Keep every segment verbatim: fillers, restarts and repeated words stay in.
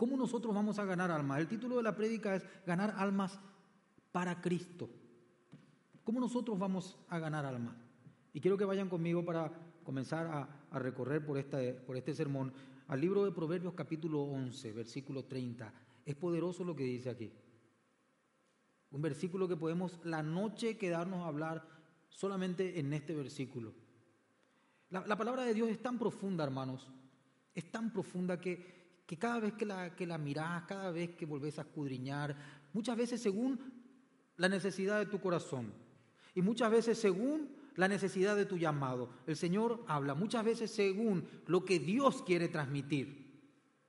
¿Cómo nosotros vamos a ganar almas? El título de la prédica es Ganar almas para Cristo. ¿Cómo nosotros vamos a ganar almas? Y quiero que vayan conmigo para comenzar a, a recorrer por, esta, por este sermón al libro de Proverbios capítulo once, versículo treinta. Es poderoso lo que dice aquí. Un versículo que podemos la noche quedarnos a hablar solamente en este versículo. La, la palabra de Dios es tan profunda, hermanos, es tan profunda que, que cada vez que la, que la mirás, cada vez que volvés a escudriñar, muchas veces según la necesidad de tu corazón y muchas veces según la necesidad de tu llamado, el Señor habla, muchas veces según lo que Dios quiere transmitir.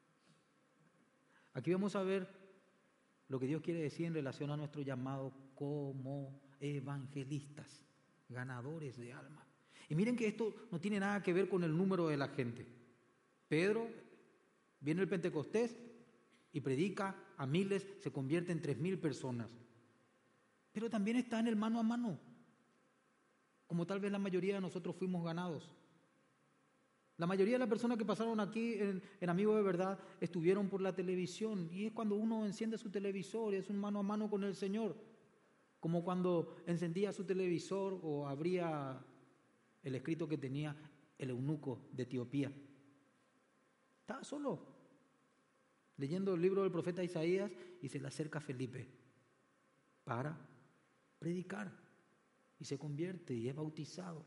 Aquí vamos a ver lo que Dios quiere decir en relación a nuestro llamado como evangelistas, ganadores de almas. Y miren que esto no tiene nada que ver con el número de la gente. Pedro, viene el Pentecostés y predica a miles, se convierte en tres mil personas. Pero también está en el mano a mano, como tal vez la mayoría de nosotros fuimos ganados. La mayoría de las personas que pasaron aquí en, en Amigo de Verdad estuvieron por la televisión, y es cuando uno enciende su televisor, es un mano a mano con el Señor, como cuando encendía su televisor o abría el escrito que tenía el eunuco de Etiopía. Estaba solo, leyendo el libro del profeta Isaías, y se le acerca Felipe para predicar, y se convierte y es bautizado.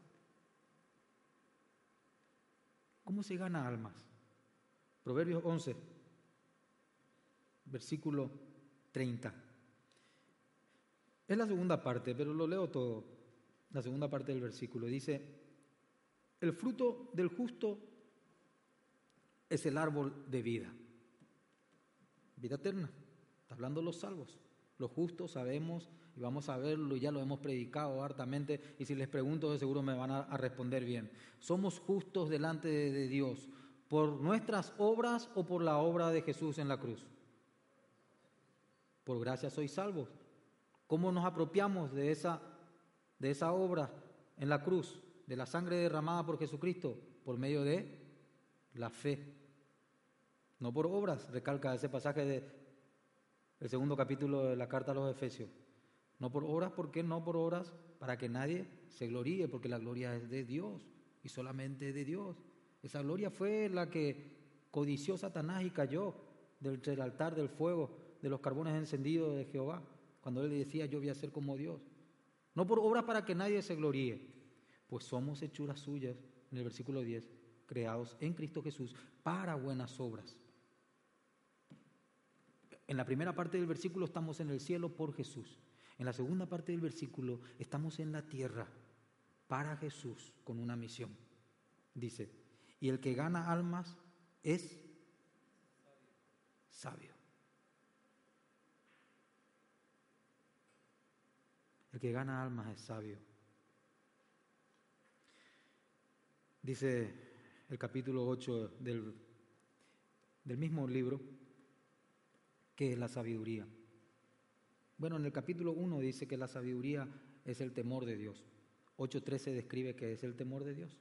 ¿Cómo se gana almas? Proverbios once, versículo treinta. Es la segunda parte, pero lo leo todo. La segunda parte del versículo dice: el fruto del justo es el árbol de vida. Vida eterna. Está hablando los salvos. Los justos sabemos y vamos a verlo, y ya lo hemos predicado hartamente, y si les pregunto de seguro me van a, a responder bien. ¿Somos justos delante de, de Dios por nuestras obras o por la obra de Jesús en la cruz? Por gracia sois salvos. ¿Cómo nos apropiamos de esa, de esa obra en la cruz, de la sangre derramada por Jesucristo? Por medio de la fe. No por obras, recalca ese pasaje de el segundo capítulo de la carta a los Efesios. No por obras, ¿por qué no por obras? Para que nadie se gloríe, porque la gloria es de Dios y solamente de Dios. Esa gloria fue la que codició Satanás y cayó del el altar del fuego, de los carbones encendidos de Jehová, cuando él le decía: yo voy a ser como Dios. No por obras para que nadie se gloríe, pues somos hechuras suyas, en el versículo diez, creados en Cristo Jesús para buenas obras. En la primera parte del versículo estamos en el cielo por Jesús. En la segunda parte del versículo estamos en la tierra para Jesús con una misión. Dice: y el que gana almas es sabio. El que gana almas es sabio. Dice el capítulo ocho del, del mismo libro, ¿qué es la sabiduría? Bueno, en el capítulo uno dice que la sabiduría es el temor de Dios. ocho trece describe que es el temor de Dios.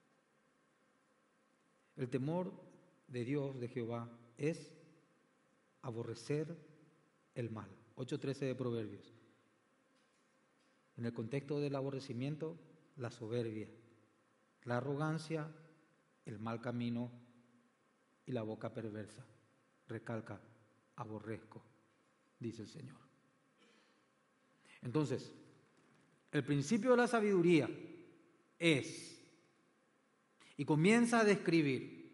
El temor de Dios, de Jehová, es aborrecer el mal. ocho trece de Proverbios. En el contexto del aborrecimiento, la soberbia, la arrogancia, el mal camino y la boca perversa. Recalca: aborrezco, dice el Señor. Entonces, el principio de la sabiduría es, y comienza a describir,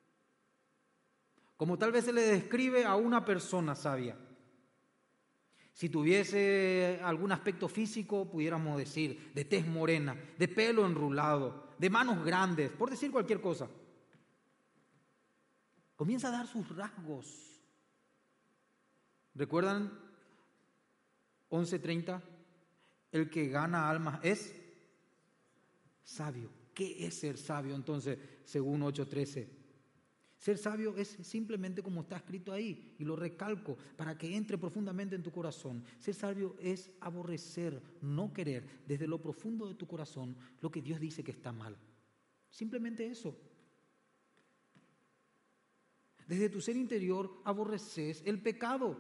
como tal vez se le describe a una persona sabia. Si tuviese algún aspecto físico, pudiéramos decir, de tez morena, de pelo enrulado, de manos grandes, por decir cualquier cosa. Comienza a dar sus rasgos. ¿Recuerdan once treinta? El que gana almas es sabio. ¿Qué es ser sabio entonces, según ocho trece? Ser sabio es simplemente como está escrito ahí, y lo recalco para que entre profundamente en tu corazón. Ser sabio es aborrecer, no querer desde lo profundo de tu corazón lo que Dios dice que está mal. Simplemente eso. Desde tu ser interior aborreces el pecado.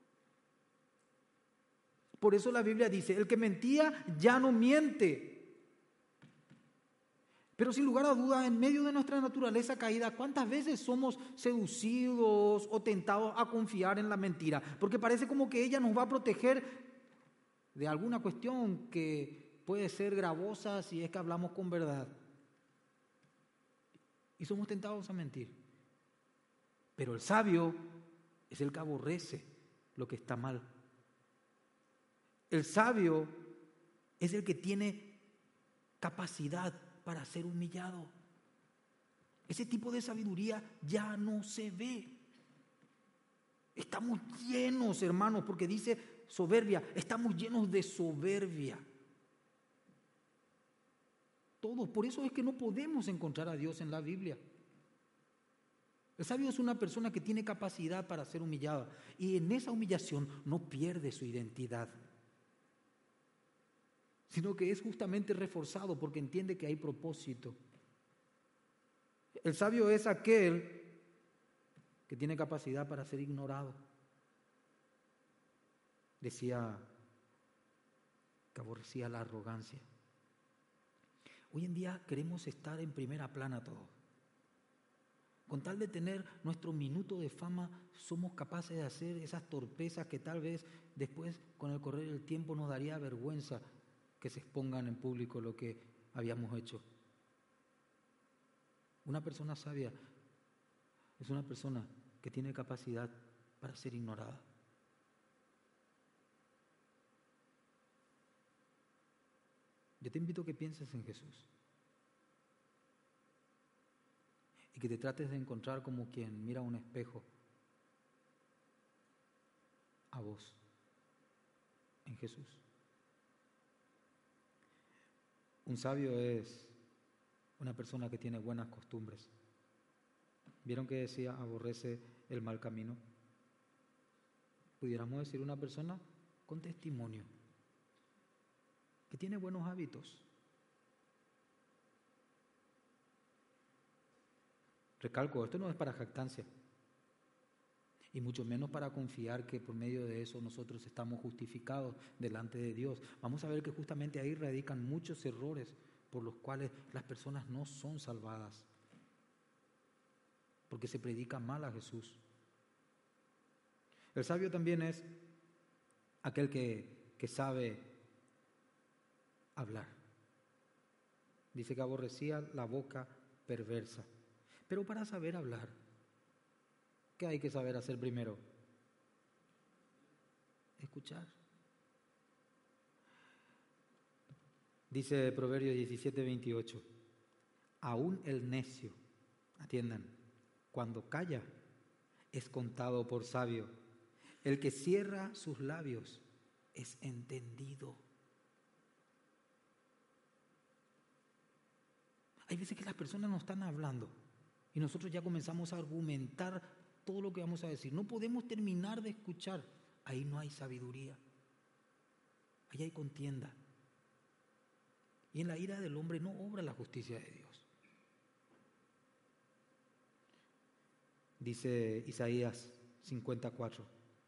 Por eso la Biblia dice, el que mentía ya no miente. Pero sin lugar a dudas, en medio de nuestra naturaleza caída, ¿cuántas veces somos seducidos o tentados a confiar en la mentira? Porque parece como que ella nos va a proteger de alguna cuestión que puede ser gravosa si es que hablamos con verdad. Y somos tentados a mentir. Pero el sabio es el que aborrece lo que está mal. El sabio es el que tiene capacidad para ser humillado. Ese tipo de sabiduría ya no se ve. Estamos llenos, hermanos, porque dice soberbia, estamos llenos de soberbia. Todos, por eso es que no podemos encontrar a Dios en la Biblia. El sabio es una persona que tiene capacidad para ser humillada y en esa humillación no pierde su identidad, sino que es justamente reforzado porque entiende que hay propósito. El sabio es aquel que tiene capacidad para ser ignorado. Decía que aborrecía la arrogancia. Hoy en día queremos estar en primera plana todos. Con tal de tener nuestro minuto de fama, somos capaces de hacer esas torpezas que tal vez después, con el correr del tiempo, nos daría vergüenza que se expongan en público lo que habíamos hecho. Una persona sabia es una persona que tiene capacidad para ser ignorada. Yo te invito a que pienses en Jesús y que te trates de encontrar como quien mira un espejo a vos, en Jesús. Un sabio es una persona que tiene buenas costumbres. ¿Vieron que decía aborrece el mal camino? Pudiéramos decir una persona con testimonio, que tiene buenos hábitos. Recalco, esto no es para jactancia, y mucho menos para confiar que por medio de eso nosotros estamos justificados delante de Dios. Vamos a ver que justamente ahí radican muchos errores por los cuales las personas no son salvadas, porque se predica mal a Jesús. El sabio también es aquel que, que sabe hablar. Dice que aborrecía la boca perversa. Pero para saber hablar, ¿qué hay que saber hacer primero? Escuchar. Dice Proverbios diecisiete veintiocho, aún el necio, atiendan, cuando calla es contado por sabio. El que cierra sus labios es entendido. Hay veces que las personas no están hablando y nosotros ya comenzamos a argumentar todo lo que vamos a decir. No podemos terminar de escuchar. Ahí no hay sabiduría. Ahí hay contienda. Y en la ira del hombre no obra la justicia de Dios. Dice Isaías cincuenta y cuatro.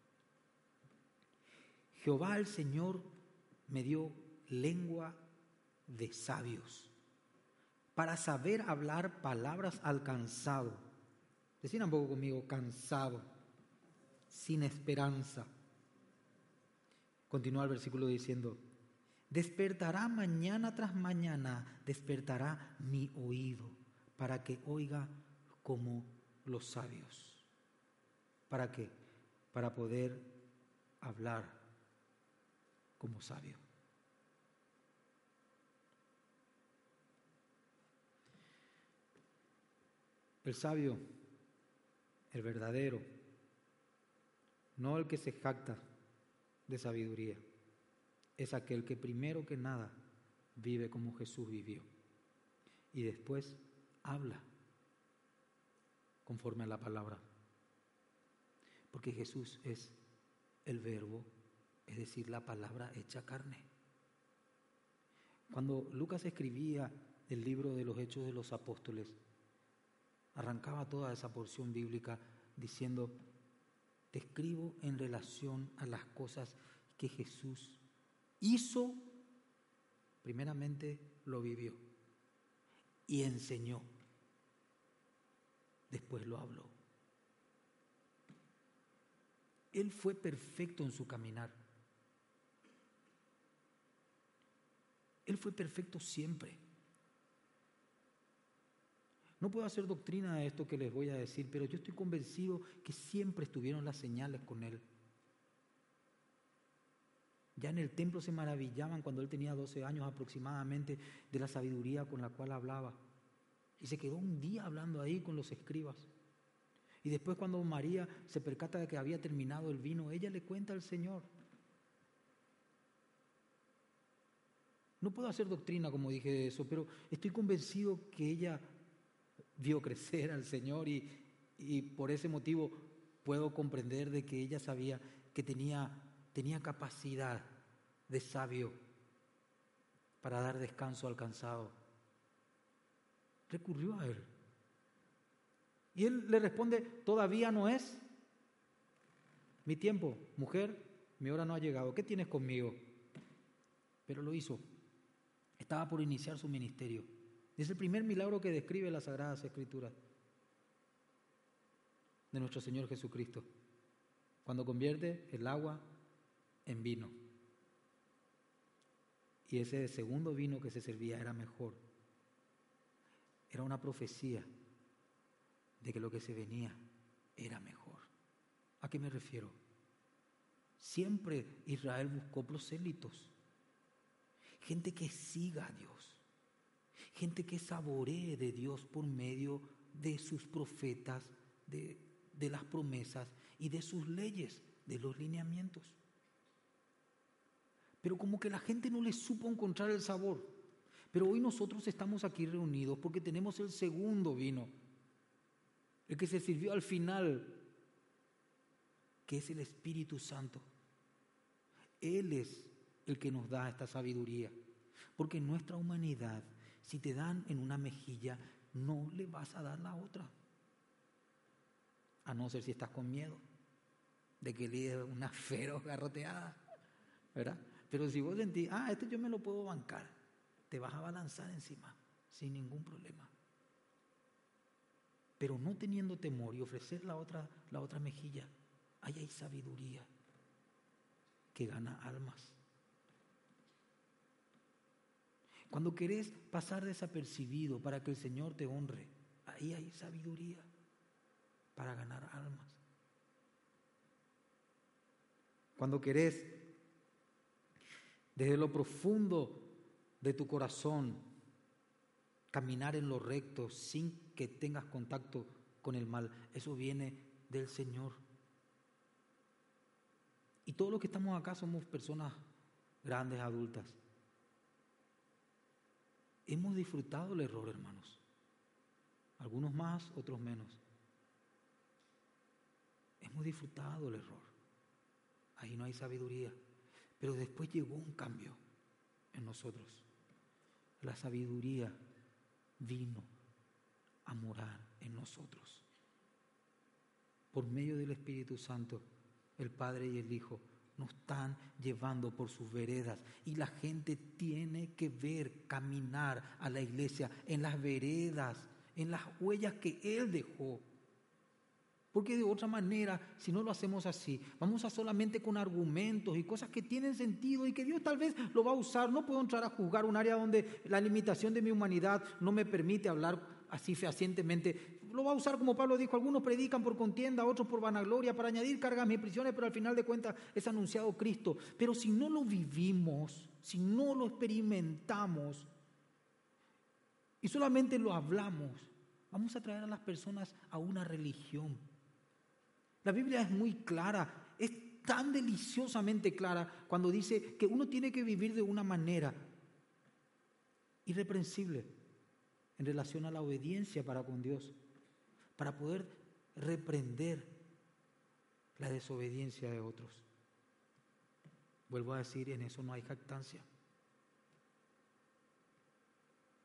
Jehová el Señor me dio lengua de sabios, para saber hablar palabras al cansado. Decían un poco conmigo, cansado, sin esperanza. Continúa el versículo diciendo, despertará mañana tras mañana, despertará mi oído, para que oiga como los sabios. ¿Para qué? Para poder hablar como sabio. El sabio, el verdadero, no el que se jacta de sabiduría, es aquel que primero que nada vive como Jesús vivió y después habla conforme a la palabra. Porque Jesús es el verbo, es decir, la palabra hecha carne. Cuando Lucas escribía el libro de los Hechos de los Apóstoles, arrancaba toda esa porción bíblica diciendo, te escribo en relación a las cosas que Jesús hizo, primeramente lo vivió y enseñó, después lo habló. Él fue perfecto en su caminar. Él fue perfecto siempre. No puedo hacer doctrina de esto que les voy a decir, pero yo estoy convencido que siempre estuvieron las señales con Él. Ya en el templo se maravillaban cuando Él tenía doce años aproximadamente de la sabiduría con la cual hablaba. Y se quedó un día hablando ahí con los escribas. Y después cuando María se percata de que había terminado el vino, ella le cuenta al Señor. No puedo hacer doctrina, como dije de eso, pero estoy convencido que ella vio crecer al Señor y, y por ese motivo puedo comprender de que ella sabía que tenía, tenía capacidad de sabio para dar descanso al cansado. Recurrió a Él. Y Él le responde, todavía no es mi tiempo, mujer, mi hora no ha llegado, ¿qué tienes conmigo? Pero lo hizo. Estaba por iniciar su ministerio. Es el primer milagro que describe las Sagradas Escrituras de nuestro Señor Jesucristo, cuando convierte el agua en vino. Y ese segundo vino que se servía era mejor. Era una profecía de que lo que se venía era mejor. ¿A qué me refiero? Siempre Israel buscó prosélitos, gente que siga a Dios, gente que saboree de Dios por medio de sus profetas, de, de las promesas y de sus leyes, de los lineamientos. Pero como que la gente no le supo encontrar el sabor. Pero hoy nosotros estamos aquí reunidos porque tenemos el segundo vino, el que se sirvió al final, que es el Espíritu Santo. Él es el que nos da esta sabiduría, porque en nuestra humanidad, si te dan en una mejilla, no le vas a dar la otra, a no ser si estás con miedo de que le dé una feroz garroteada, ¿verdad? Pero si vos sentís, ah, este yo me lo puedo bancar, te vas a balanzar encima sin ningún problema. Pero no teniendo temor y ofrecer la otra, la otra mejilla, ahí hay sabiduría que gana almas. Cuando querés pasar desapercibido para que el Señor te honre, ahí hay sabiduría para ganar almas. Cuando querés desde lo profundo de tu corazón caminar en lo recto sin que tengas contacto con el mal, eso viene del Señor. Y todos los que estamos acá somos personas grandes, adultas. Hemos disfrutado el error, hermanos. Algunos más, otros menos. Hemos disfrutado el error. Ahí no hay sabiduría. Pero después llegó un cambio en nosotros. La sabiduría vino a morar en nosotros. Por medio del Espíritu Santo, el Padre y el Hijo nos están llevando por sus veredas y la gente tiene que ver caminar a la iglesia en las veredas, en las huellas que Él dejó. Porque de otra manera, si no lo hacemos así, vamos a solamente con argumentos y cosas que tienen sentido y que Dios tal vez lo va a usar. No puedo entrar a juzgar un área donde la limitación de mi humanidad no me permite hablar así fehacientemente. Lo va a usar, como Pablo dijo, algunos predican por contienda, otros por vanagloria, para añadir cargas a mis prisiones, pero al final de cuentas es anunciado Cristo. Pero si no lo vivimos, si no lo experimentamos y solamente lo hablamos, vamos a traer a las personas a una religión. La Biblia es muy clara, es tan deliciosamente clara cuando dice que uno tiene que vivir de una manera irreprensible en relación a la obediencia para con Dios, para poder reprender la desobediencia de otros. Vuelvo a decir, en eso no hay jactancia,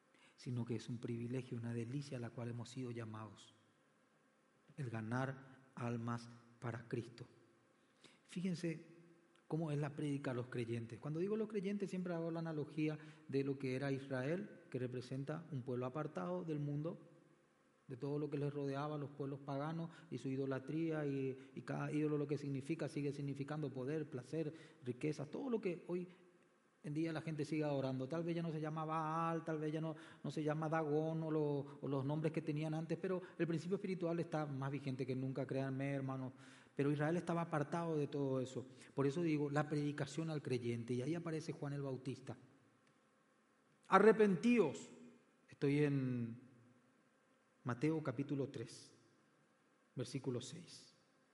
sino que es un privilegio, una delicia a la cual hemos sido llamados, el ganar almas para Cristo. Fíjense cómo es la prédica a los creyentes. Cuando digo los creyentes siempre hago la analogía de lo que era Israel, que representa un pueblo apartado del mundo, de todo lo que les rodeaba, los pueblos paganos y su idolatría, y, y cada ídolo lo que significa, sigue significando poder, placer, riquezas, todo lo que hoy en día la gente sigue adorando. Tal vez ya no se llama Baal, tal vez ya no, no se llama Dagón o, lo, o los nombres que tenían antes, pero el principio espiritual está más vigente que nunca, créanme, hermanos. Pero Israel estaba apartado de todo eso. Por eso digo, la predicación al creyente, y ahí aparece Juan el Bautista. Arrepentíos. Estoy en Mateo capítulo tres, versículo seis.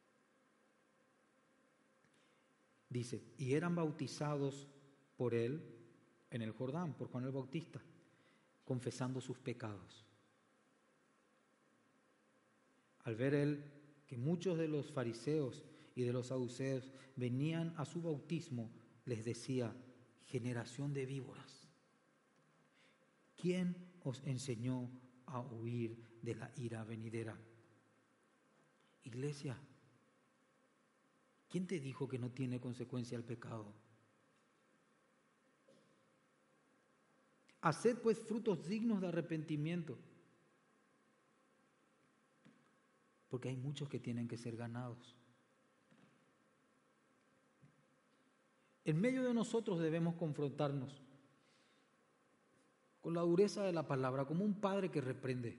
Dice, y eran bautizados por él en el Jordán, por Juan el Bautista, confesando sus pecados. Al ver él que muchos de los fariseos y de los saduceos venían a su bautismo, les decía, generación de víboras, ¿quién os enseñó a huir de la ira venidera? Iglesia, ¿quién te dijo que no tiene consecuencia el pecado? Haced pues frutos dignos de arrepentimiento, porque hay muchos que tienen que ser ganados. En medio de nosotros debemos confrontarnos con la dureza de la palabra, como un padre que reprende.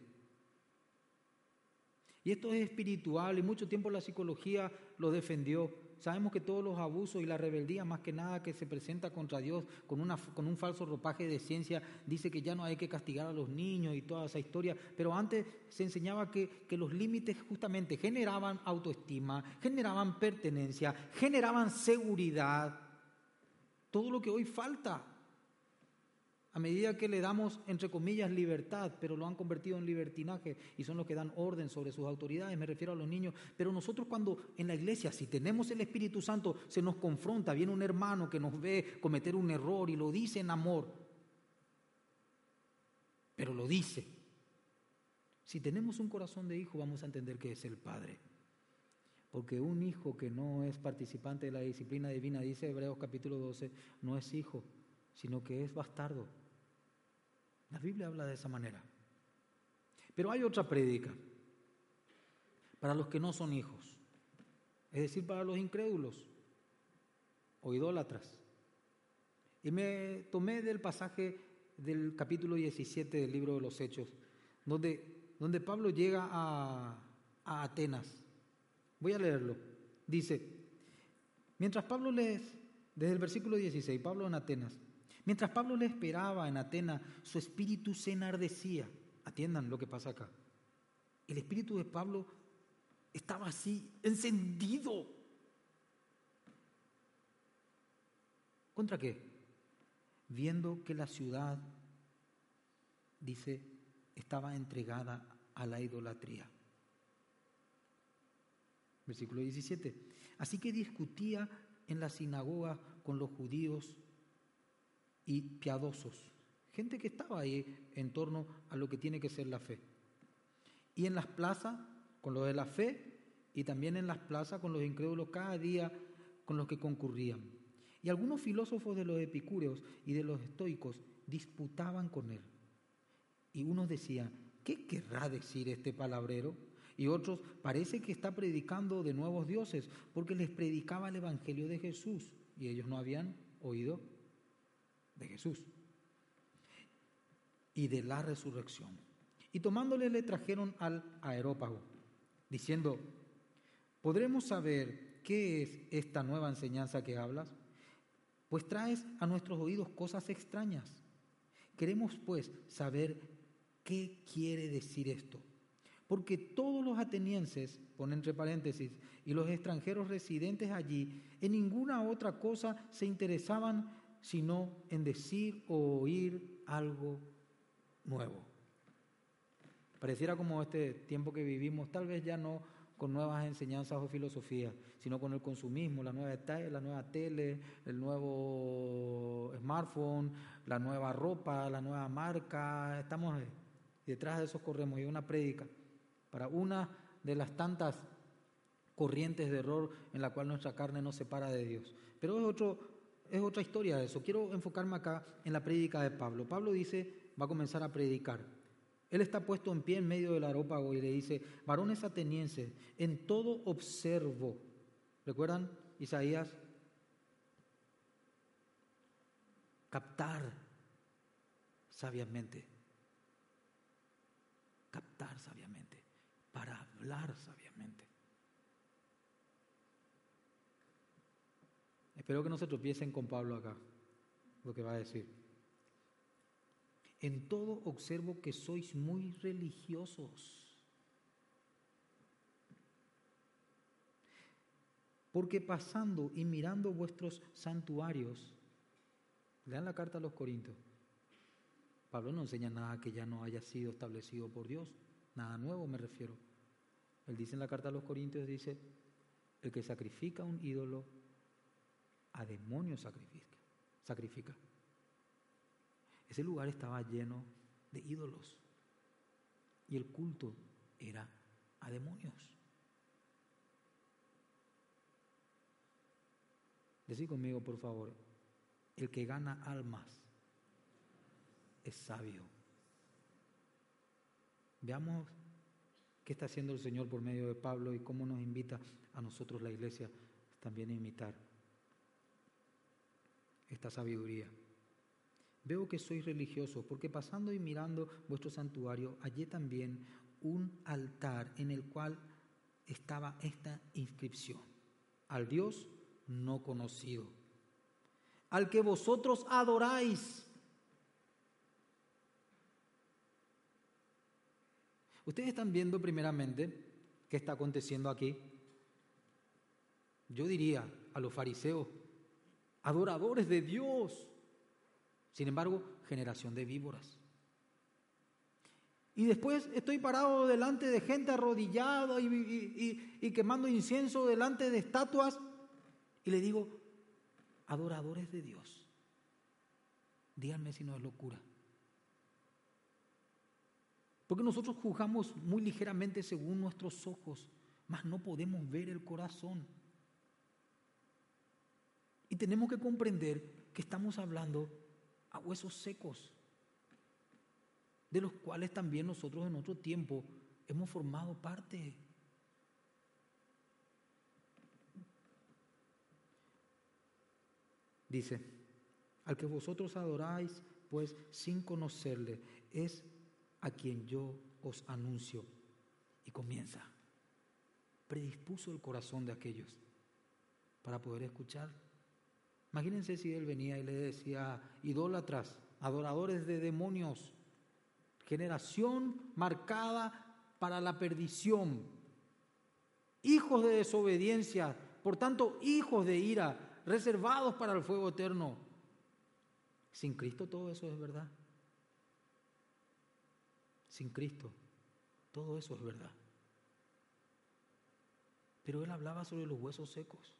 Y esto es espiritual, y mucho tiempo la psicología lo defendió. Sabemos que todos los abusos y la rebeldía, más que nada que se presenta contra Dios con, una, con un falso ropaje de ciencia, dice que ya no hay que castigar a los niños y toda esa historia. Pero antes se enseñaba que, que los límites justamente generaban autoestima, generaban pertenencia, generaban seguridad. Todo lo que hoy falta, a medida que le damos, entre comillas, libertad, pero lo han convertido en libertinaje y son los que dan orden sobre sus autoridades, me refiero a los niños. Pero nosotros cuando en la iglesia, si tenemos el Espíritu Santo, se nos confronta, viene un hermano que nos ve cometer un error y lo dice en amor, pero lo dice. Si tenemos un corazón de hijo, vamos a entender que es el Padre. Porque un hijo que no es participante de la disciplina divina, dice Hebreos capítulo doce, no es hijo, sino que es bastardo. La Biblia habla de esa manera. Pero hay otra prédica para los que no son hijos, es decir, para los incrédulos o idólatras. Y me tomé del pasaje del capítulo diecisiete del libro de los Hechos, donde, donde Pablo llega a, a Atenas. Voy a leerlo. Dice, mientras Pablo les, desde el versículo dieciséis, Pablo en Atenas, mientras Pablo le esperaba en Atenas, su espíritu se enardecía. Atiendan lo que pasa acá. El espíritu de Pablo estaba así, encendido. ¿Contra qué? Viendo que la ciudad, dice, estaba entregada a la idolatría. Versículo diecisiete. Así que discutía en la sinagoga con los judíos y piadosos, gente que estaba ahí en torno a lo que tiene que ser la fe. Y en las plazas con los de la fe, y también en las plazas con los incrédulos cada día con los que concurrían. Y algunos filósofos de los epicúreos y de los estoicos disputaban con él. Y unos decían, ¿qué querrá decir este palabrero? Y otros, parece que está predicando de nuevos dioses, porque les predicaba el evangelio de Jesús, y ellos no habían oído de Jesús y de la resurrección. Y tomándole le trajeron al Areópago, diciendo, ¿podremos saber qué es esta nueva enseñanza que hablas? Pues traes a nuestros oídos cosas extrañas. Queremos pues saber qué quiere decir esto. Porque todos los atenienses, pone entre paréntesis, y los extranjeros residentes allí, en ninguna otra cosa se interesaban sino en decir o oír algo nuevo. Pareciera como este tiempo que vivimos, tal vez ya no con nuevas enseñanzas o filosofías, sino con el consumismo, la nueva, la nueva tele, el nuevo smartphone, la nueva ropa, la nueva marca. Estamos detrás de eso, corremos. Y una prédica para una de las tantas corrientes de error en la cual nuestra carne nos separa de Dios. Pero es, otro, es otra historia de eso. Quiero enfocarme acá en la prédica de Pablo. Pablo dice, va a comenzar a predicar. Él está puesto en pie en medio del areópago y le dice, varones atenienses, en todo observo. ¿Recuerdan Isaías? Captar sabiamente. Captar sabiamente. Para hablar sabiamente. Espero que no se tropiecen con Pablo acá, lo que va a decir. En todo observo que sois muy religiosos. Porque pasando y mirando vuestros santuarios, lean la carta a los Corintios. Pablo no enseña nada que ya no haya sido establecido por Dios, nada nuevo me refiero. Él dice en la carta a los Corintios, dice, el que sacrifica un ídolo, a demonios sacrifica. sacrifica. Ese lugar estaba lleno de ídolos y el culto era a demonios. Decí conmigo, por favor, el que gana almas es sabio. Veamos qué está haciendo el Señor por medio de Pablo y cómo nos invita a nosotros, la iglesia, también a imitar esta sabiduría. Veo que sois religiosos, porque pasando y mirando vuestro santuario, hallé también un altar en el cual estaba esta inscripción: al Dios no conocido, al que vosotros adoráis. Ustedes están viendo primeramente qué está aconteciendo aquí. Yo diría a los fariseos, adoradores de Dios. Sin embargo, generación de víboras. Y después estoy parado delante de gente arrodillada y, y, y, y quemando incienso delante de estatuas y le digo, adoradores de Dios. Díganme si no es locura. Porque nosotros juzgamos muy ligeramente según nuestros ojos, mas no podemos ver el corazón. Y tenemos que comprender que estamos hablando a huesos secos, de los cuales también nosotros en otro tiempo hemos formado parte. Dice, al que vosotros adoráis, pues sin conocerle, es a quien yo os anuncio. Y comienza. Predispuso el corazón de aquellos para poder escuchar. Imagínense si él venía y le decía, idólatras, adoradores de demonios, generación marcada para la perdición, hijos de desobediencia, por tanto hijos de ira, reservados para el fuego eterno. Sin Cristo todo eso es verdad. Sin Cristo todo eso es verdad. Pero él hablaba sobre los huesos secos.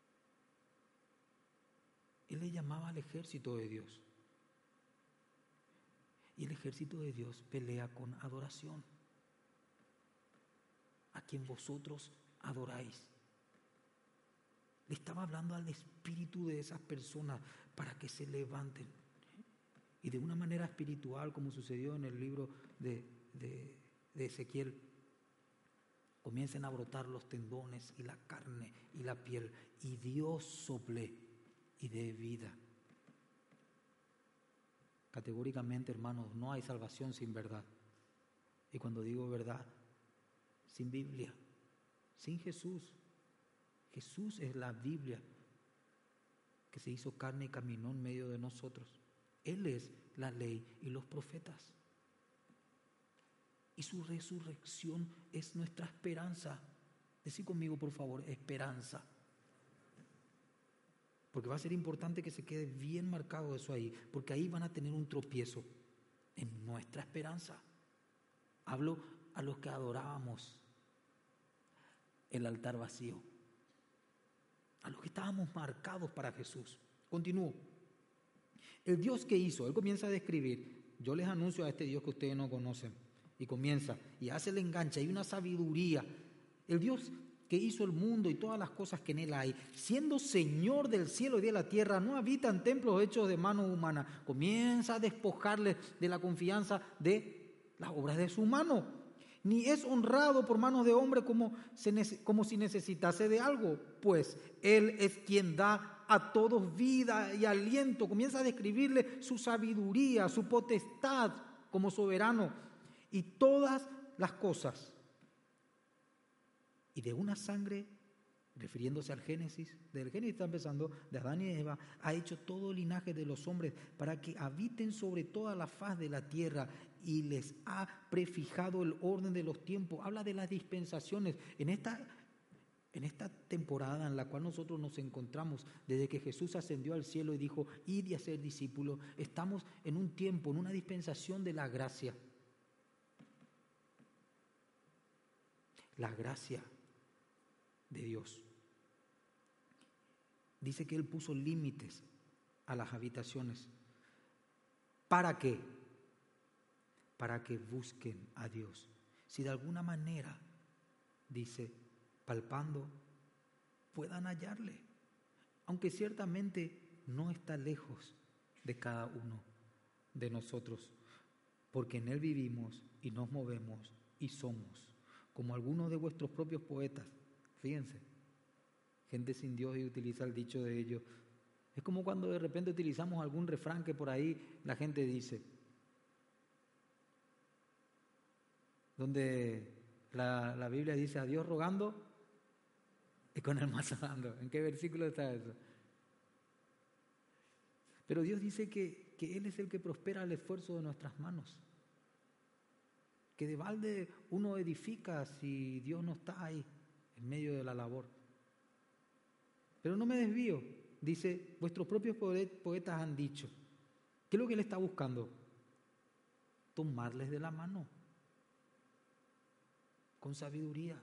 Él le llamaba al ejército de Dios. Y el ejército de Dios pelea con adoración. A quien vosotros adoráis. Le estaba hablando al espíritu de esas personas para que se levanten. Y de una manera espiritual, como sucedió en el libro de, de, de Ezequiel, comiencen a brotar los tendones y la carne y la piel. Y Dios sople y de vida. Categóricamente, hermanos, no hay salvación sin verdad. Y cuando digo verdad, sin Biblia, sin Jesús. Jesús es la Biblia que se hizo carne y caminó en medio de nosotros. Él es la ley y los profetas. Y su resurrección es nuestra esperanza. Decí conmigo, por favor, esperanza. Porque va a ser importante que se quede bien marcado eso ahí, porque ahí van a tener un tropiezo en nuestra esperanza. Hablo a los que adorábamos el altar vacío, a los que estábamos marcados para Jesús. Continúo. El Dios que hizo, él comienza a describir, yo les anuncio a este Dios que ustedes no conocen, y comienza, y hace el enganche, hay una sabiduría. El Dios que que hizo el mundo y todas las cosas que en él hay, siendo Señor del cielo y de la tierra, no habita en templos hechos de mano humana. Comienza a despojarle de la confianza de las obras de su mano. Ni es honrado por manos de hombre como, se, como si necesitase de algo, pues Él es quien da a todos vida y aliento. Comienza a describirle su sabiduría, su potestad como soberano y todas las cosas. Y de una sangre, refiriéndose al Génesis, del Génesis está empezando, de Adán y Eva, ha hecho todo el linaje de los hombres para que habiten sobre toda la faz de la tierra y les ha prefijado el orden de los tiempos. Habla de las dispensaciones. En esta, en esta temporada en la cual nosotros nos encontramos, desde que Jesús ascendió al cielo y dijo, id y hacer discípulos, estamos en un tiempo, en una dispensación de la gracia. La gracia de Dios. Dice que Él puso límites a las habitaciones. ¿Para qué? Para que busquen a Dios. Si de alguna manera, dice, palpando, puedan hallarle. Aunque ciertamente no está lejos de cada uno de nosotros, porque en Él vivimos y nos movemos y somos, como algunos de vuestros propios poetas. Fíjense, gente sin Dios y utiliza el dicho de ellos. Es como cuando de repente utilizamos algún refrán que por ahí la gente dice, donde la, la Biblia dice a Dios rogando y con el mazo dando. ¿En qué versículo está eso? Pero Dios dice que, que Él es el que prospera el esfuerzo de nuestras manos. Que de balde uno edifica si Dios no está ahí en medio de la labor. Pero no me desvío. Dice, vuestros propios poetas han dicho. ¿Qué es lo que Él está buscando? Tomarles de la mano. Con sabiduría.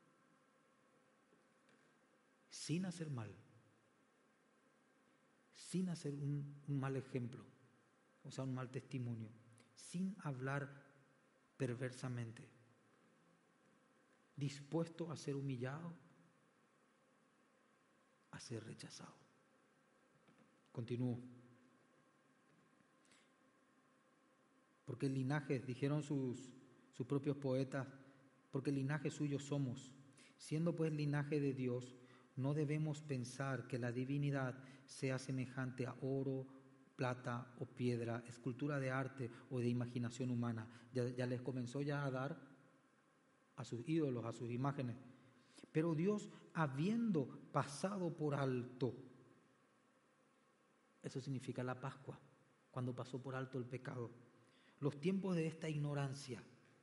Sin hacer mal. Sin hacer un, un mal ejemplo. O sea, un mal testimonio. Sin hablar perversamente. Dispuesto a ser humillado, a ser rechazado. Continúo. Porque el linaje, dijeron sus, sus propios poetas, porque el linaje suyo somos. Siendo pues linaje de Dios, no debemos pensar que la divinidad sea semejante a oro, plata o piedra, escultura de arte o de imaginación humana. Ya, ya les comenzó ya a dar a sus ídolos, a sus imágenes. Pero Dios, habiendo pasado por alto, eso significa la Pascua, cuando pasó por alto el pecado, los tiempos de esta ignorancia,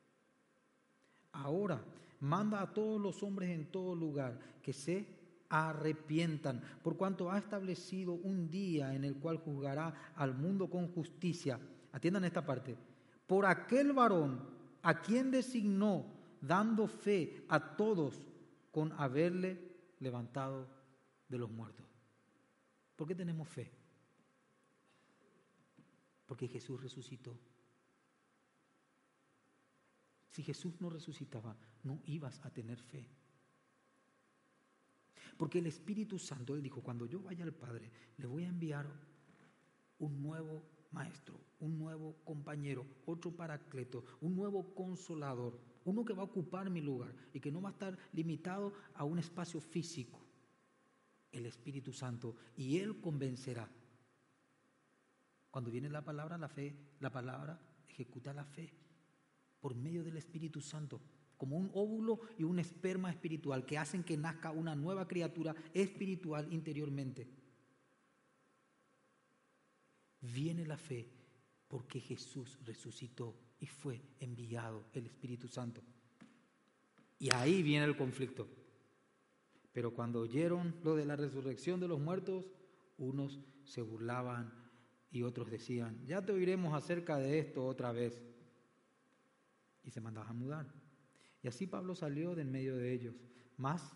ahora manda a todos los hombres en todo lugar que se arrepientan, por cuanto ha establecido un día en el cual juzgará al mundo con justicia. Atiendan esta parte. Por aquel varón a quien designó, dando fe a todos con haberle levantado de los muertos. ¿Por qué tenemos fe? Porque Jesús resucitó. Si Jesús no resucitaba, no ibas a tener fe. Porque el Espíritu Santo, Él dijo, cuando yo vaya al Padre, le voy a enviar un nuevo maestro, un nuevo compañero, otro paracleto, un nuevo consolador, uno que va a ocupar mi lugar y que no va a estar limitado a un espacio físico, el Espíritu Santo, y Él convencerá. Cuando viene la palabra, la fe, la palabra ejecuta la fe por medio del Espíritu Santo, como un óvulo y un esperma espiritual que hacen que nazca una nueva criatura espiritual interiormente. Viene la fe porque Jesús resucitó y fue enviado el Espíritu Santo. Y ahí viene el conflicto. Pero cuando oyeron lo de la resurrección de los muertos, unos se burlaban y otros decían, ya te oiremos acerca de esto otra vez. Y se mandaban a mudar. Y así Pablo salió de en medio de ellos. Más,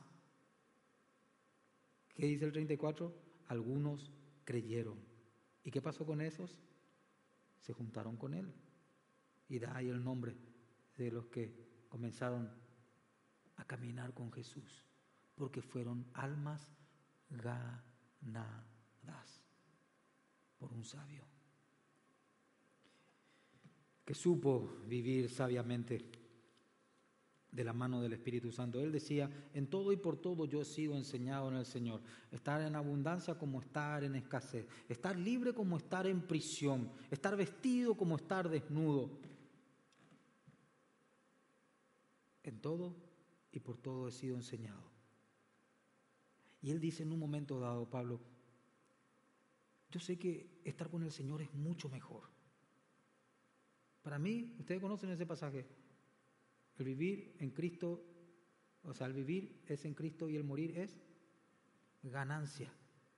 ¿qué dice el treinta y cuatro? Algunos creyeron. ¿Y qué pasó con esos? Se juntaron con él. Y da ahí el nombre de los que comenzaron a caminar con Jesús. porque fueron almas ganadas por un sabio, que supo vivir sabiamente de la mano del Espíritu Santo. Él decía: en todo y por todo yo he sido enseñado en el Señor. Estar en abundancia como estar en escasez. Estar libre como estar en prisión. Estar vestido como estar desnudo. En todo y por todo he sido enseñado. Y él dice en un momento dado, Pablo: yo sé que estar con el Señor es mucho mejor. Para mí, ustedes conocen ese pasaje, el vivir en Cristo, o sea, el vivir es en Cristo y el morir es ganancia.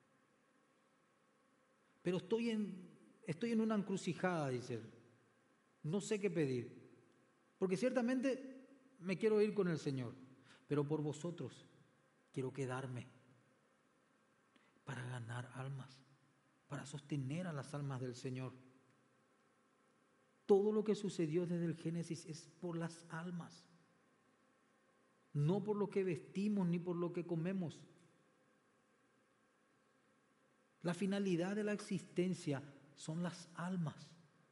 Pero estoy en, estoy en una encrucijada, dice él. No sé qué pedir, porque ciertamente me quiero ir con el Señor, pero por vosotros quiero quedarme para ganar almas, para sostener a las almas del Señor. Todo lo que sucedió desde el Génesis es por las almas, no por lo que vestimos ni por lo que comemos. La finalidad de la existencia son las almas.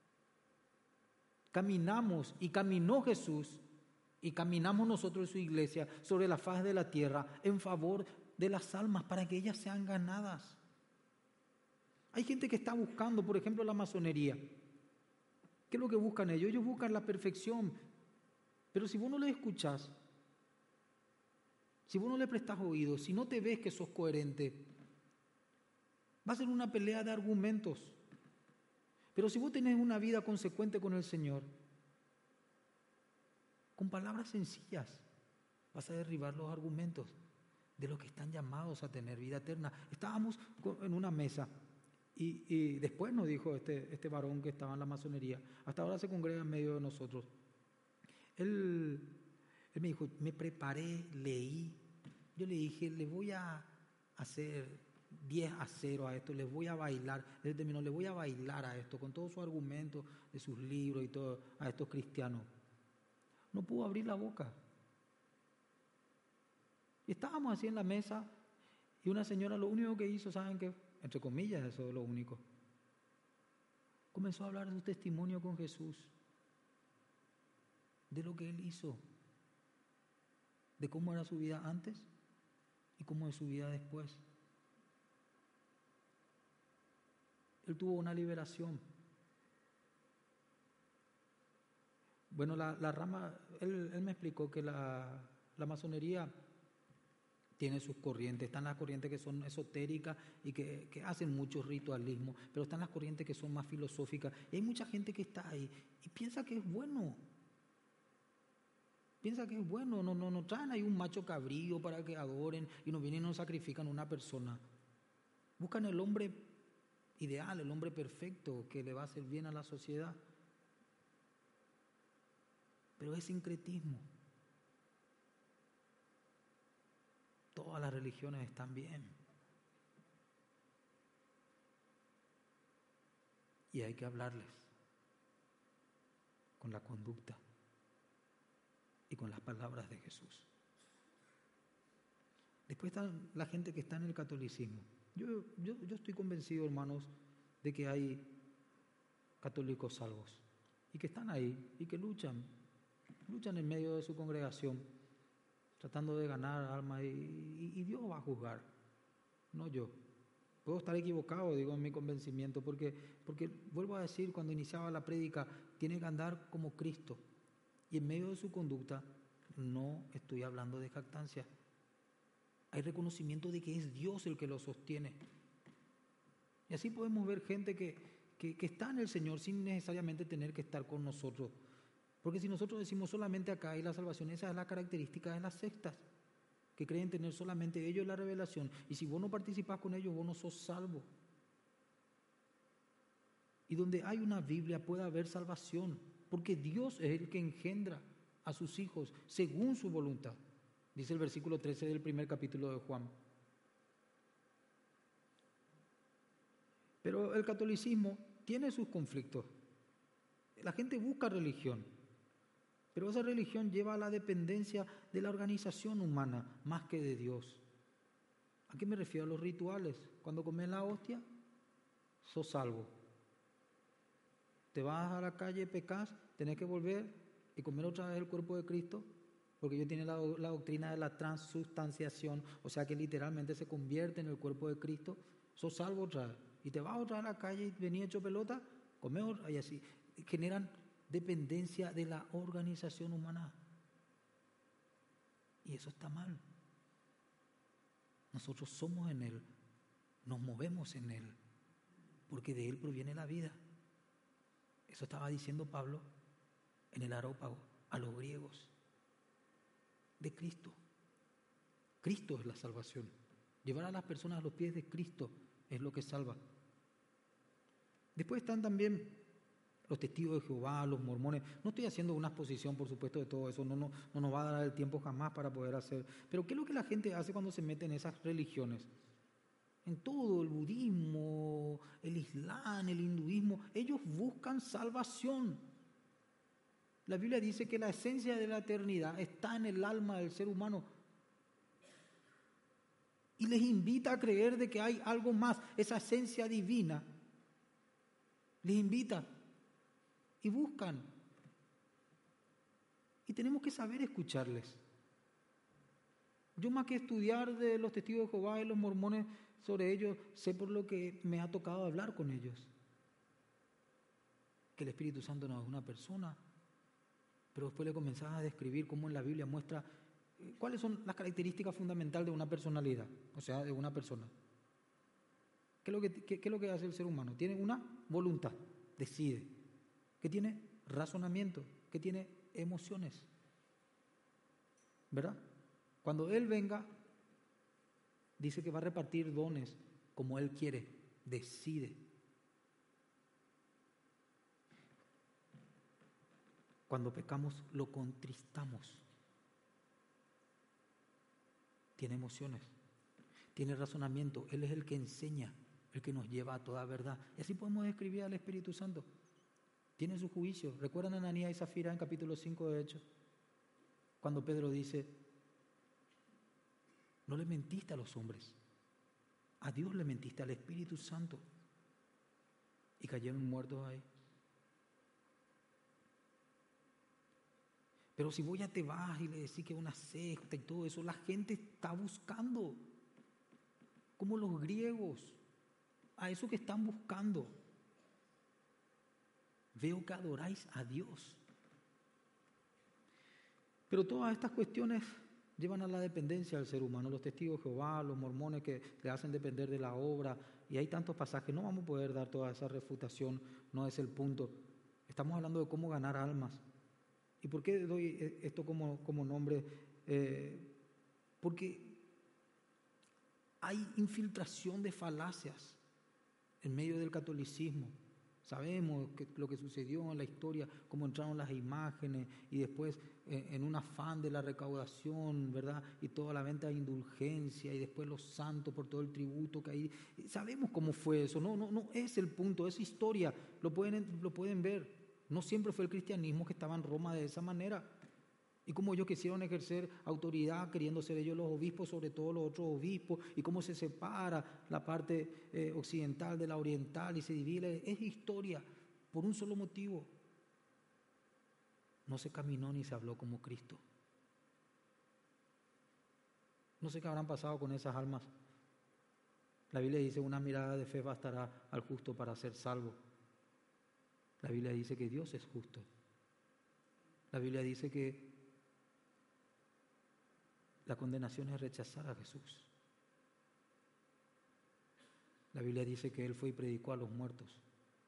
Caminamos y caminó Jesús y caminamos nosotros en su iglesia sobre la faz de la tierra en favor de las almas para que ellas sean ganadas. Hay gente que está buscando, por ejemplo, la masonería. ¿Qué es lo que buscan ellos? Ellos buscan la perfección. Pero si vos no les escuchás, si vos no le prestás oído, si no te ves que sos coherente, va a ser una pelea de argumentos. Pero si vos tenés una vida consecuente con el Señor, con palabras sencillas, vas a derribar los argumentos de los que están llamados a tener vida eterna. Estábamos en una mesa y, y después nos dijo este, este varón que estaba en la masonería, hasta ahora se congrega en medio de nosotros. Él, él me dijo: me preparé, leí. Yo le dije: le voy a hacer diez a cero a esto, les voy a bailar. Él terminó: le voy a bailar a esto, con todos sus argumentos de sus libros y todo, a estos cristianos. No pudo abrir la boca. Y estábamos así en la mesa y una señora lo único que hizo, ¿saben qué? Entre comillas, eso es lo único. Comenzó a hablar de su testimonio con Jesús, de lo que Él hizo, de cómo era su vida antes y cómo es su vida después. Él tuvo una liberación. Bueno, la, la rama, él, él me explicó que la, la masonería tiene sus corrientes. Están las corrientes que son esotéricas y que, que hacen mucho ritualismo, pero están las corrientes que son más filosóficas. Y hay mucha gente que está ahí y piensa que es bueno. Piensa que es bueno. No, no, no traen ahí un macho cabrío para que adoren y no vienen y nos sacrifican a una persona. Buscan el hombre ideal, el hombre perfecto que le va a hacer bien a la sociedad. Pero es sincretismo. Todas las religiones están bien. Y hay que hablarles con la conducta y con las palabras de Jesús. Después está la gente que está en el catolicismo. Yo, yo, yo estoy convencido, hermanos, de que hay católicos salvos y que están ahí y que luchan, luchan en medio de su congregación, tratando de ganar alma y, y, y Dios va a juzgar, no yo. Puedo estar equivocado, digo, en mi convencimiento, porque, porque vuelvo a decir, cuando iniciaba la prédica, tiene que andar como Cristo. Y en medio de su conducta, no estoy hablando de jactancia. Hay reconocimiento de que es Dios el que lo sostiene. Y así podemos ver gente que, que, que está en el Señor sin necesariamente tener que estar con nosotros. Porque si nosotros decimos solamente acá hay la salvación, esa es la característica de las sectas, que creen tener solamente ellos la revelación. Y si vos no participás con ellos, vos no sos salvo. Y donde hay una Biblia puede haber salvación, porque Dios es el que engendra a sus hijos según su voluntad. Dice el versículo trece del primer capítulo de Juan. Pero el catolicismo tiene sus conflictos. La gente busca religión. Pero esa religión lleva a la dependencia de la organización humana más que de Dios. ¿A qué me refiero? A los rituales. Cuando comes la hostia, sos salvo. Te vas a la calle, pecas, tenés que volver y comer otra vez el cuerpo de Cristo, porque ellos tienen la, la doctrina de la transustanciación, o sea que literalmente se convierte en el cuerpo de Cristo. Sos salvo otra vez. Y te vas otra vez a la calle y venís hecho pelota, comés otra, y así. Generan dependencia de la organización humana. Y eso está mal. Nosotros somos en Él, nos movemos en Él, porque de Él proviene la vida. Eso estaba diciendo Pablo en el Areópago a los griegos. De Cristo. Cristo es la salvación. Llevar a las personas a los pies de Cristo es lo que salva. Después están también los testigos de Jehová, los mormones. No estoy haciendo una exposición, por supuesto, de todo eso. No, no, no nos va a dar el tiempo jamás para poder hacer. Pero ¿qué es lo que la gente hace cuando se mete en esas religiones? En todo, el budismo, el islam, el hinduismo, ellos buscan salvación. La Biblia dice que la esencia de la eternidad está en el alma del ser humano. Y les invita a creer de que hay algo más, esa esencia divina. Les invita y buscan. Y tenemos que saber escucharles. Yo más que estudiar de los testigos de Jehová y los mormones sobre ellos, sé por lo que me ha tocado hablar con ellos. Que el Espíritu Santo no es una persona. Pero después le comenzaba a describir cómo en la Biblia muestra cuáles son las características fundamentales de una personalidad, o sea, de una persona. ¿Qué es lo que, qué, qué es lo que hace el ser humano? Tiene una voluntad, decide. Que tiene razonamiento, que tiene emociones. ¿Verdad? Cuando Él venga, dice que va a repartir dones como Él quiere, decide. Cuando pecamos, lo contristamos. Tiene emociones, tiene razonamiento. Él es el que enseña, el que nos lleva a toda verdad. Y así podemos describir al Espíritu Santo. Tiene su juicio. ¿Recuerdan a Ananías y Zafira en capítulo cinco de Hechos? Cuando Pedro dice, no le mentiste a los hombres, a Dios le mentiste, al Espíritu Santo. Y cayeron muertos ahí. Pero si vos ya te vas y le decís que es una secta y todo eso, la gente está buscando, como los griegos, a eso que están buscando. Veo que adoráis a Dios. Pero todas estas cuestiones llevan a la dependencia del ser humano. Los testigos de Jehová, los mormones que le hacen depender de la obra, y hay tantos pasajes, no vamos a poder dar toda esa refutación, no es el punto. Estamos hablando de cómo ganar almas. ¿Y por qué doy esto como, como nombre? Eh, porque hay infiltración de falacias en medio del catolicismo. Sabemos que, lo que sucedió en la historia, cómo entraron las imágenes y después eh, en un afán de la recaudación, ¿verdad? Y toda la venta de indulgencia y después los santos por todo el tributo que hay. Sabemos cómo fue eso. No, no, no es el punto, es historia. Lo pueden, lo pueden ver. No siempre fue el cristianismo que estaba en Roma de esa manera. Y cómo ellos quisieron ejercer autoridad, queriendo ser ellos los obispos sobre todos los otros obispos, y cómo se separa la parte eh, occidental de la oriental y se divide. Es historia, por un solo motivo. No se caminó ni se habló como Cristo. No sé qué habrán pasado con esas almas. La Biblia dice, una mirada de fe bastará al justo para ser salvo. La Biblia dice que Dios es justo. La Biblia dice que la condenación es rechazar a Jesús. La Biblia dice que Él fue y predicó a los muertos.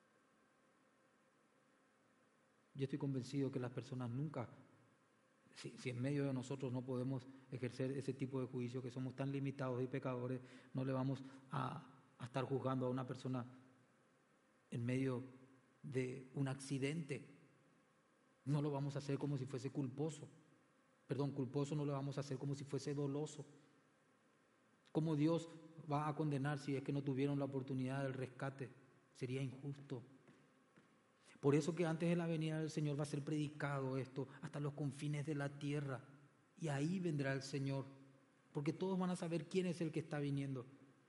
Yo estoy convencido que las personas nunca, si, si en medio de nosotros no podemos ejercer ese tipo de juicio, que somos tan limitados y pecadores, no le vamos a, a estar juzgando a una persona en medio de un accidente. No lo vamos a hacer como si fuese culposo. Perdón, culposo no lo vamos a hacer como si fuese doloso. ¿Cómo Dios va a condenar si es que no tuvieron la oportunidad del rescate? Sería injusto. Por eso que antes de la venida del Señor va a ser predicado esto hasta los confines de la tierra. Y ahí vendrá el Señor, porque todos van a saber quién es el que está viniendo.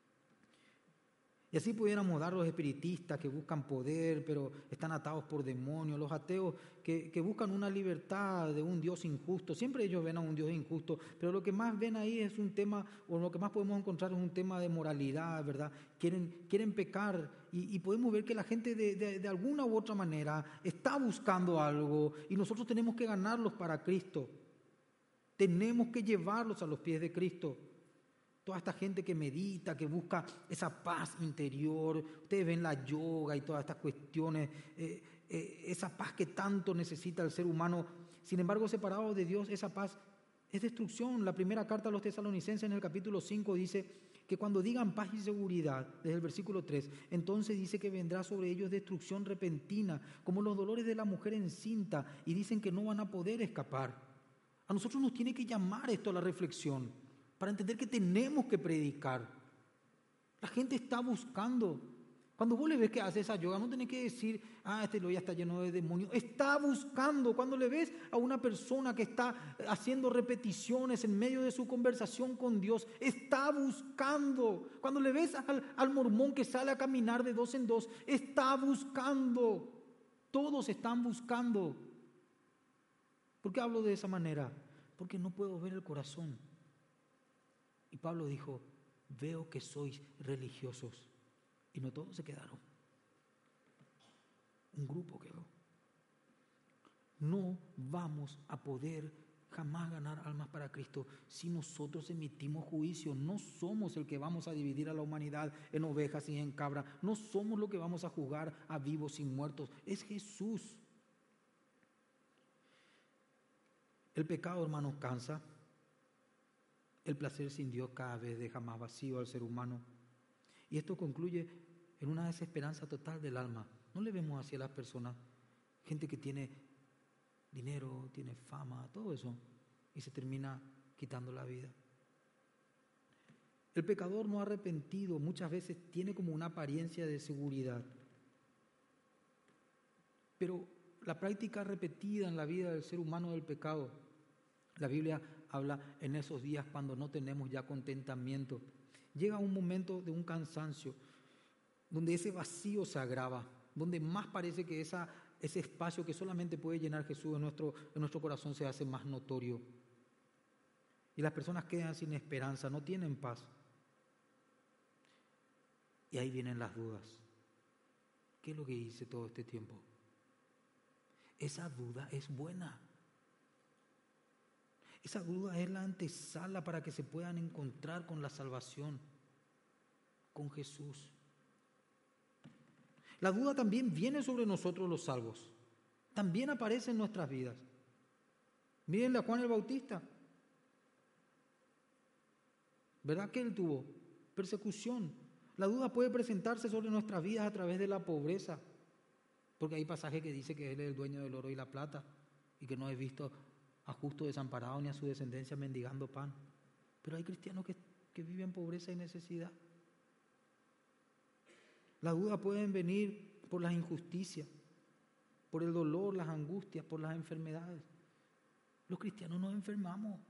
Y así pudiéramos dar los espiritistas que buscan poder, pero están atados por demonios, los ateos que, que buscan una libertad de un Dios injusto. Siempre ellos ven a un Dios injusto, pero lo que más ven ahí es un tema, o lo que más podemos encontrar es un tema de moralidad, ¿verdad? Quieren, quieren pecar y, y podemos ver que la gente de, de, de alguna u otra manera está buscando algo y nosotros tenemos que ganarlos para Cristo. Tenemos que llevarlos a los pies de Cristo. Toda esta gente que medita, que busca esa paz interior, ustedes ven la yoga y todas estas cuestiones, eh, eh, esa paz que tanto necesita el ser humano. Sin embargo, separado de Dios, esa paz es destrucción. La primera carta a los tesalonicenses en el capítulo cinco dice que cuando digan paz y seguridad, desde el versículo tres, entonces dice que vendrá sobre ellos destrucción repentina, como los dolores de la mujer encinta, y dicen que no van a poder escapar. A nosotros nos tiene que llamar esto a la reflexión, para entender que tenemos que predicar. La gente está buscando. Cuando vos le ves que hace esa yoga, no tenés que decir, ah, este lo ya está lleno de demonios. Está buscando. Cuando le ves a una persona que está haciendo repeticiones en medio de su conversación con Dios, está buscando. Cuando le ves al, al mormón que sale a caminar de dos en dos, está buscando. Todos están buscando. ¿Por qué hablo de esa manera? Porque no puedo ver el corazón. Y Pablo dijo, veo que sois religiosos. Y no todos se quedaron. Un grupo quedó. No vamos a poder jamás ganar almas para Cristo si nosotros emitimos juicio. No somos el que vamos a dividir a la humanidad en ovejas y en cabras. No somos lo que vamos a juzgar a vivos y muertos. Es Jesús. El pecado, hermanos, cansa. El placer sin Dios cada vez deja más vacío al ser humano. Y esto concluye en una desesperanza total del alma. No le vemos así a las personas, gente que tiene dinero, tiene fama, todo eso, y se termina quitando la vida. El pecador no arrepentido muchas veces tiene como una apariencia de seguridad. Pero la práctica repetida en la vida del ser humano del pecado, la Biblia habla en esos días cuando no tenemos ya contentamiento. Llega un momento de un cansancio, donde ese vacío se agrava, donde más parece que esa, ese espacio que solamente puede llenar Jesús en nuestro, en nuestro corazón se hace más notorio. Y las personas quedan sin esperanza, no tienen paz. Y ahí vienen las dudas. ¿Qué es lo que hice todo este tiempo? Esa duda es buena. Esa duda es la antesala para que se puedan encontrar con la salvación, con Jesús. La duda también viene sobre nosotros los salvos. También aparece en nuestras vidas. Mírenle a Juan el Bautista. ¿Verdad que él tuvo persecución? La duda puede presentarse sobre nuestras vidas a través de la pobreza. Porque hay pasaje que dice que él es el dueño del oro y la plata y que no he visto a justo desamparado ni a su descendencia mendigando pan. Pero hay cristianos que, que viven pobreza y necesidad. Las dudas pueden venir por las injusticias, por el dolor, las angustias, por las enfermedades. Los cristianos nos enfermamos.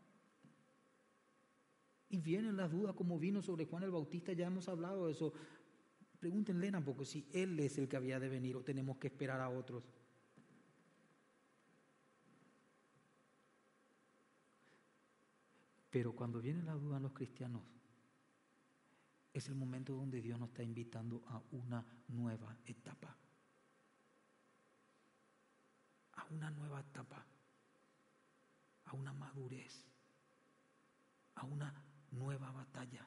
Y vienen las dudas como vino sobre Juan el Bautista, ya hemos hablado de eso. Pregúntenle un poco si él es el que había de venir o tenemos que esperar a otros. Pero cuando viene la duda en los cristianos, es el momento donde Dios nos está invitando a una nueva etapa. A una nueva etapa. A una madurez. A una nueva batalla.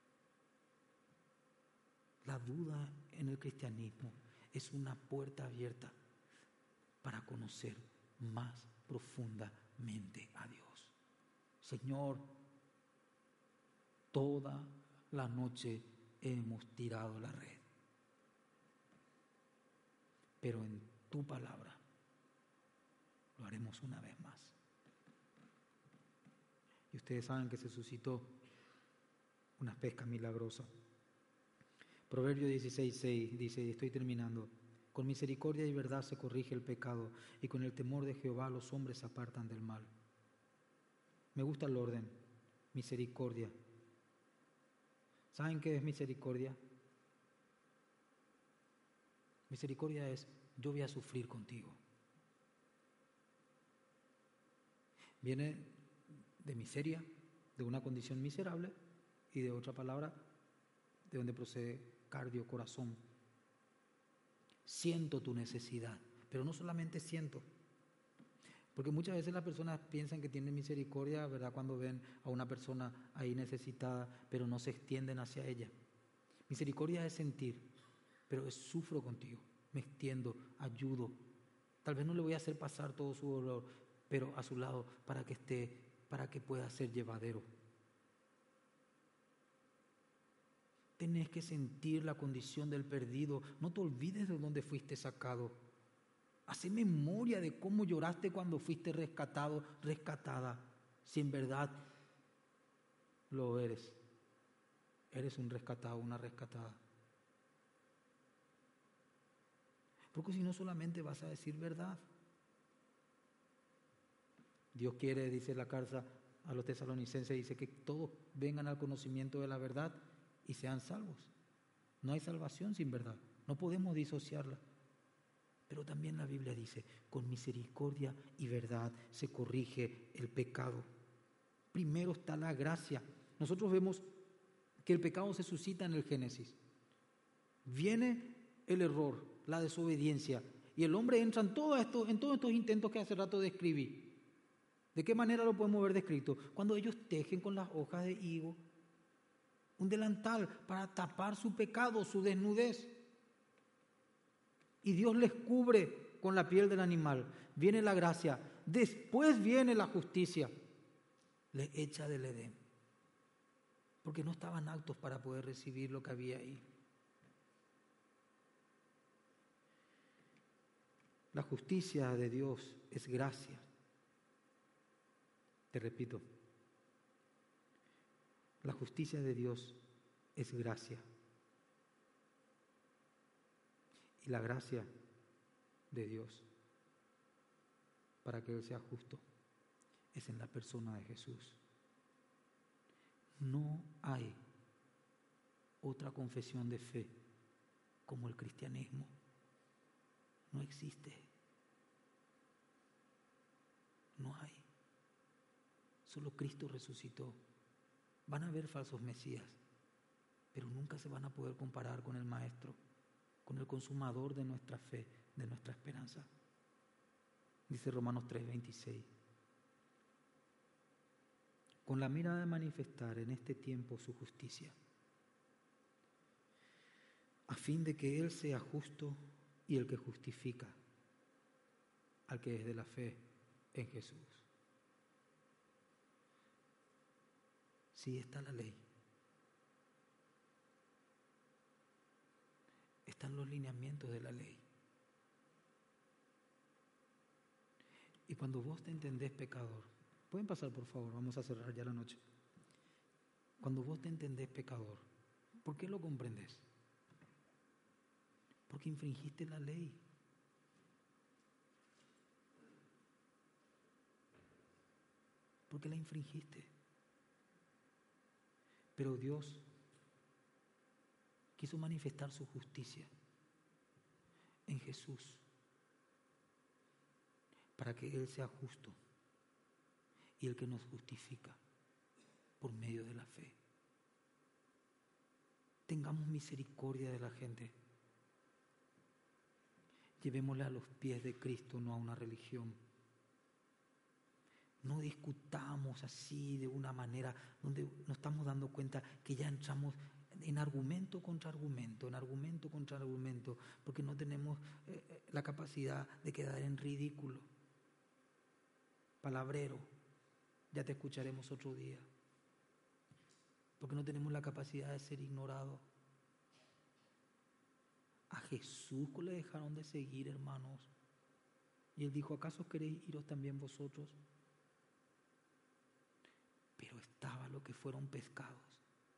La duda en el cristianismo es una puerta abierta para conocer más profundamente a Dios. Señor, toda la noche hemos tirado la red, pero en tu palabra lo haremos una vez más. Y ustedes saben que se suscitó una pesca milagrosa. Proverbio dieciséis seis dice, y estoy terminando, Con misericordia y verdad se corrige el pecado, y con el temor de Jehová los hombres se apartan del mal. Me gusta el orden, misericordia. ¿Saben qué es misericordia? Misericordia es, yo voy a sufrir contigo. Viene de miseria, de una condición miserable, y de otra palabra, de donde procede cardio, corazón. Siento tu necesidad, pero no solamente siento, porque muchas veces las personas piensan que tienen misericordia, ¿verdad?, cuando ven a una persona ahí necesitada, pero no se extienden hacia ella. Misericordia es sentir, pero es sufro contigo, me extiendo, ayudo. Tal vez no le voy a hacer pasar todo su dolor, pero a su lado para que esté, para que pueda ser llevadero. Tenés que sentir la condición del perdido. No te olvides de dónde fuiste sacado. Hacé memoria de cómo lloraste cuando fuiste rescatado, rescatada. Si en verdad lo eres. Eres un rescatado, una rescatada. Porque si no solamente vas a decir verdad. Dios quiere, dice la carta a los tesalonicenses, dice que todos vengan al conocimiento de la verdad y sean salvos. No hay salvación sin verdad, no podemos disociarla. Pero también la Biblia dice, con misericordia y verdad se corrige el pecado. Primero está la gracia. Nosotros vemos que el pecado se suscita en el Génesis. Viene el error, la desobediencia, y el hombre entra en, todo esto, en todos estos intentos que hace rato describí. ¿De qué manera lo podemos ver descrito? Cuando ellos tejen con las hojas de higo un delantal para tapar su pecado, su desnudez. Y Dios les cubre con la piel del animal. Viene la gracia. Después viene la justicia. Les echa del Edén. Porque no estaban aptos para poder recibir lo que había ahí. La justicia de Dios es gracia. Te repito. La justicia de Dios es gracia. Y la gracia de Dios, para que Él sea justo, es en la persona de Jesús. No hay otra confesión de fe como el cristianismo. No existe. No hay. Solo Cristo resucitó. Van a haber falsos mesías, pero nunca se van a poder comparar con el Maestro, con el consumador de nuestra fe, de nuestra esperanza. Dice Romanos tres veintiséis. Con la mira de manifestar en este tiempo su justicia, a fin de que Él sea justo y el que justifica al que es de la fe en Jesús. Sí, está la ley. Están los lineamientos de la ley. Y cuando vos te entendés pecador, pueden pasar por favor, vamos a cerrar ya la noche. Cuando vos te entendés pecador, ¿por qué lo comprendés? Porque infringiste la ley. Porque la infringiste. Pero Dios quiso manifestar su justicia en Jesús para que Él sea justo y el que nos justifica por medio de la fe. Tengamos misericordia de la gente. Llevémosla a los pies de Cristo, no a una religión. No discutamos así de una manera donde nos estamos dando cuenta que ya entramos en argumento contra argumento, en argumento contra argumento, porque no tenemos eh, la capacidad de quedar en ridículo. Palabrero, ya te escucharemos otro día, porque no tenemos la capacidad de ser ignorados. A Jesús le dejaron de seguir, hermanos, y Él dijo, ¿acaso queréis iros también vosotros? Pero estaba lo que fueron pescados.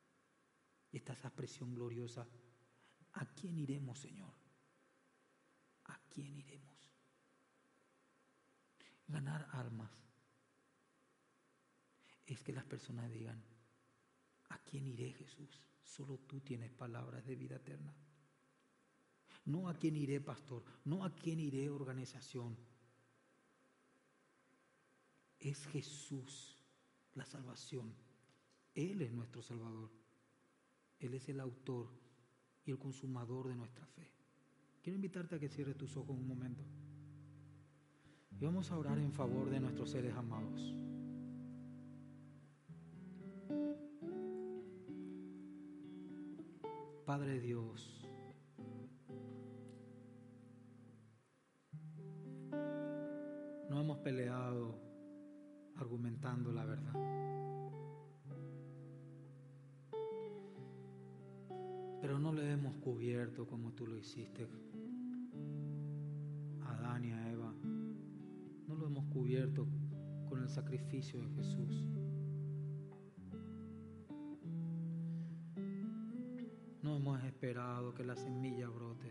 Y está esa expresión gloriosa. ¿A quién iremos, Señor? ¿a quién iremos? Ganar almas es que las personas digan, ¿a quién iré, Jesús? Solo tú tienes palabras de vida eterna. No a quién iré, pastor, no a quién iré, organización. Es Jesús la salvación. Él es nuestro Salvador. Él es el autor y el consumador de nuestra fe. Quiero invitarte a que cierres tus ojos un momento. Y vamos a orar en favor de nuestros seres amados. Padre Dios, no hemos peleado argumentando la verdad. Pero no le hemos cubierto como tú lo hiciste a Adán y a Eva. No lo hemos cubierto con el sacrificio de Jesús. No hemos esperado que la semilla brote.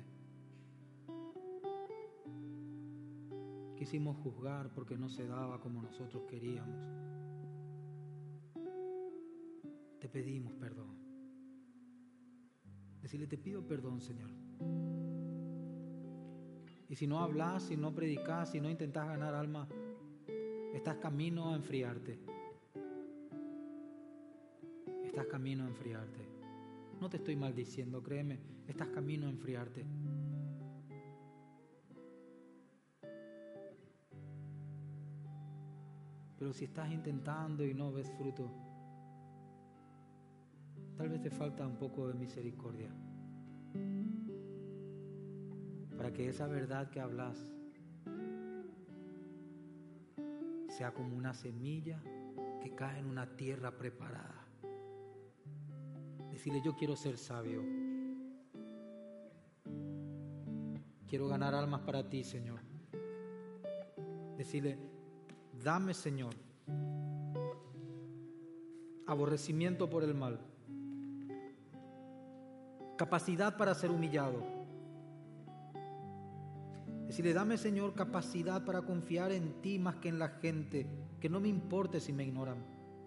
Quisimos juzgar porque no se daba como nosotros queríamos. Te pedimos perdón. Decirle, te pido perdón, Señor. Y si no hablas, si no predicas, si no intentas ganar alma, estás camino a enfriarte. Estás camino a enfriarte. No te estoy maldiciendo, créeme, estás camino a enfriarte. Pero si estás intentando y no ves fruto, tal vez te falta un poco de misericordia para que esa verdad que hablas sea como una semilla que cae en una tierra preparada. Decirle, yo quiero ser sabio. Quiero ganar almas para ti, Señor. Decirle, dame, Señor, aborrecimiento por el mal, capacidad para ser humillado. Decirle, dame, Señor, capacidad para confiar en ti más que en la gente, que no me importe si me ignoran.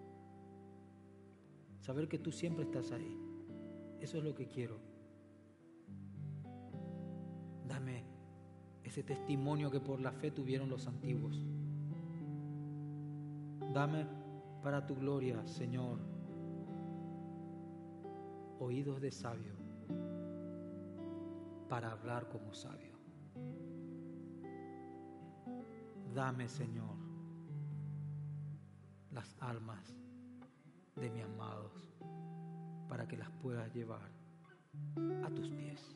Saber que tú siempre estás ahí. Eso es lo que quiero. Dame ese testimonio que por la fe tuvieron los antiguos. Dame para tu gloria, Señor, oídos de sabio para hablar como sabio. Dame, Señor, las almas de mis amados para que las puedas llevar a tus pies.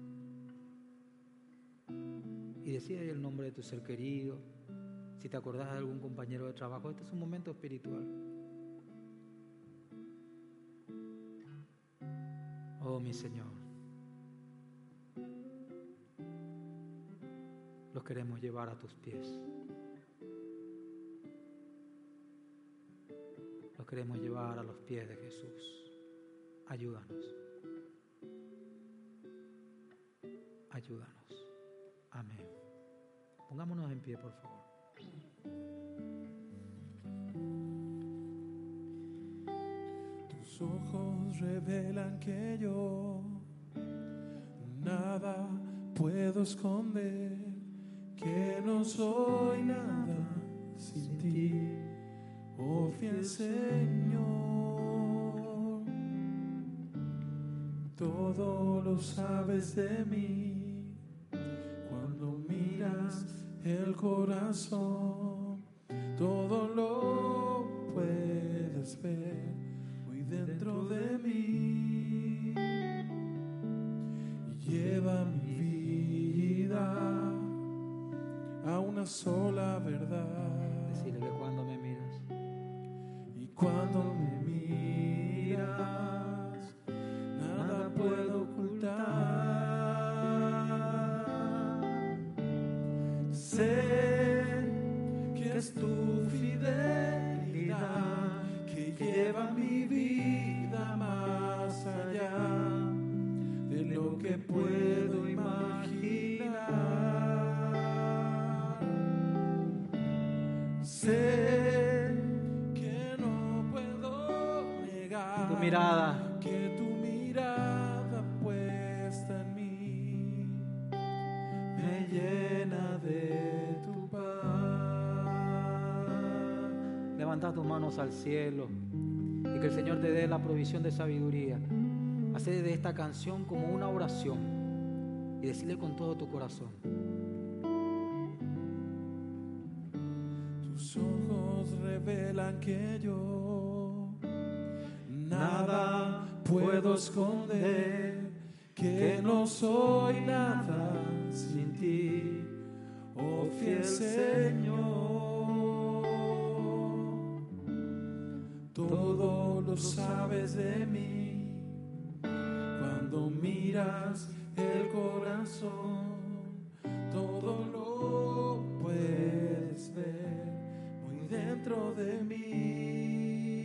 Y decía ahí el nombre de tu ser querido. Si te acordás de algún compañero de trabajo, este es un momento espiritual. Oh, mi Señor, los queremos llevar a tus pies. Los queremos llevar a los pies de Jesús. Ayúdanos. Ayúdanos. Amén. Pongámonos en pie, por favor. Tus ojos revelan que yo nada puedo esconder, que no soy nada sin ti, oh fiel Señor. Todo lo sabes de mí, cuando miras el corazón, todo lo puedes ver muy dentro de mí. Y lleva mi vida a una sola verdad. Decirle que cuando me miras, y cuando me miras, nada puedo ocultar. Sé que es tu fidelidad que lleva mi vida más allá de lo que puedo imaginar. mirada. Que tu mirada puesta en mí me llena de tu paz. Levanta tus manos al cielo y que el Señor te dé la provisión de sabiduría. Hacer de esta canción como una oración y decirle con todo tu corazón. Tus ojos revelan que yo nada puedo esconder, que no soy nada sin ti, oh fiel Señor. Todo lo sabes de mí cuando miras el corazón, todo lo puedes ver muy dentro de mí.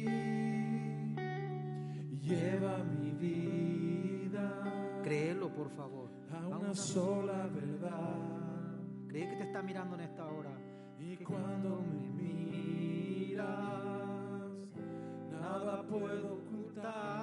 Lleva mi vida, Créelo, por favor, a una sola verdad. Cree que te está mirando en esta hora. Y cuando me miras, nada puedo ocultar.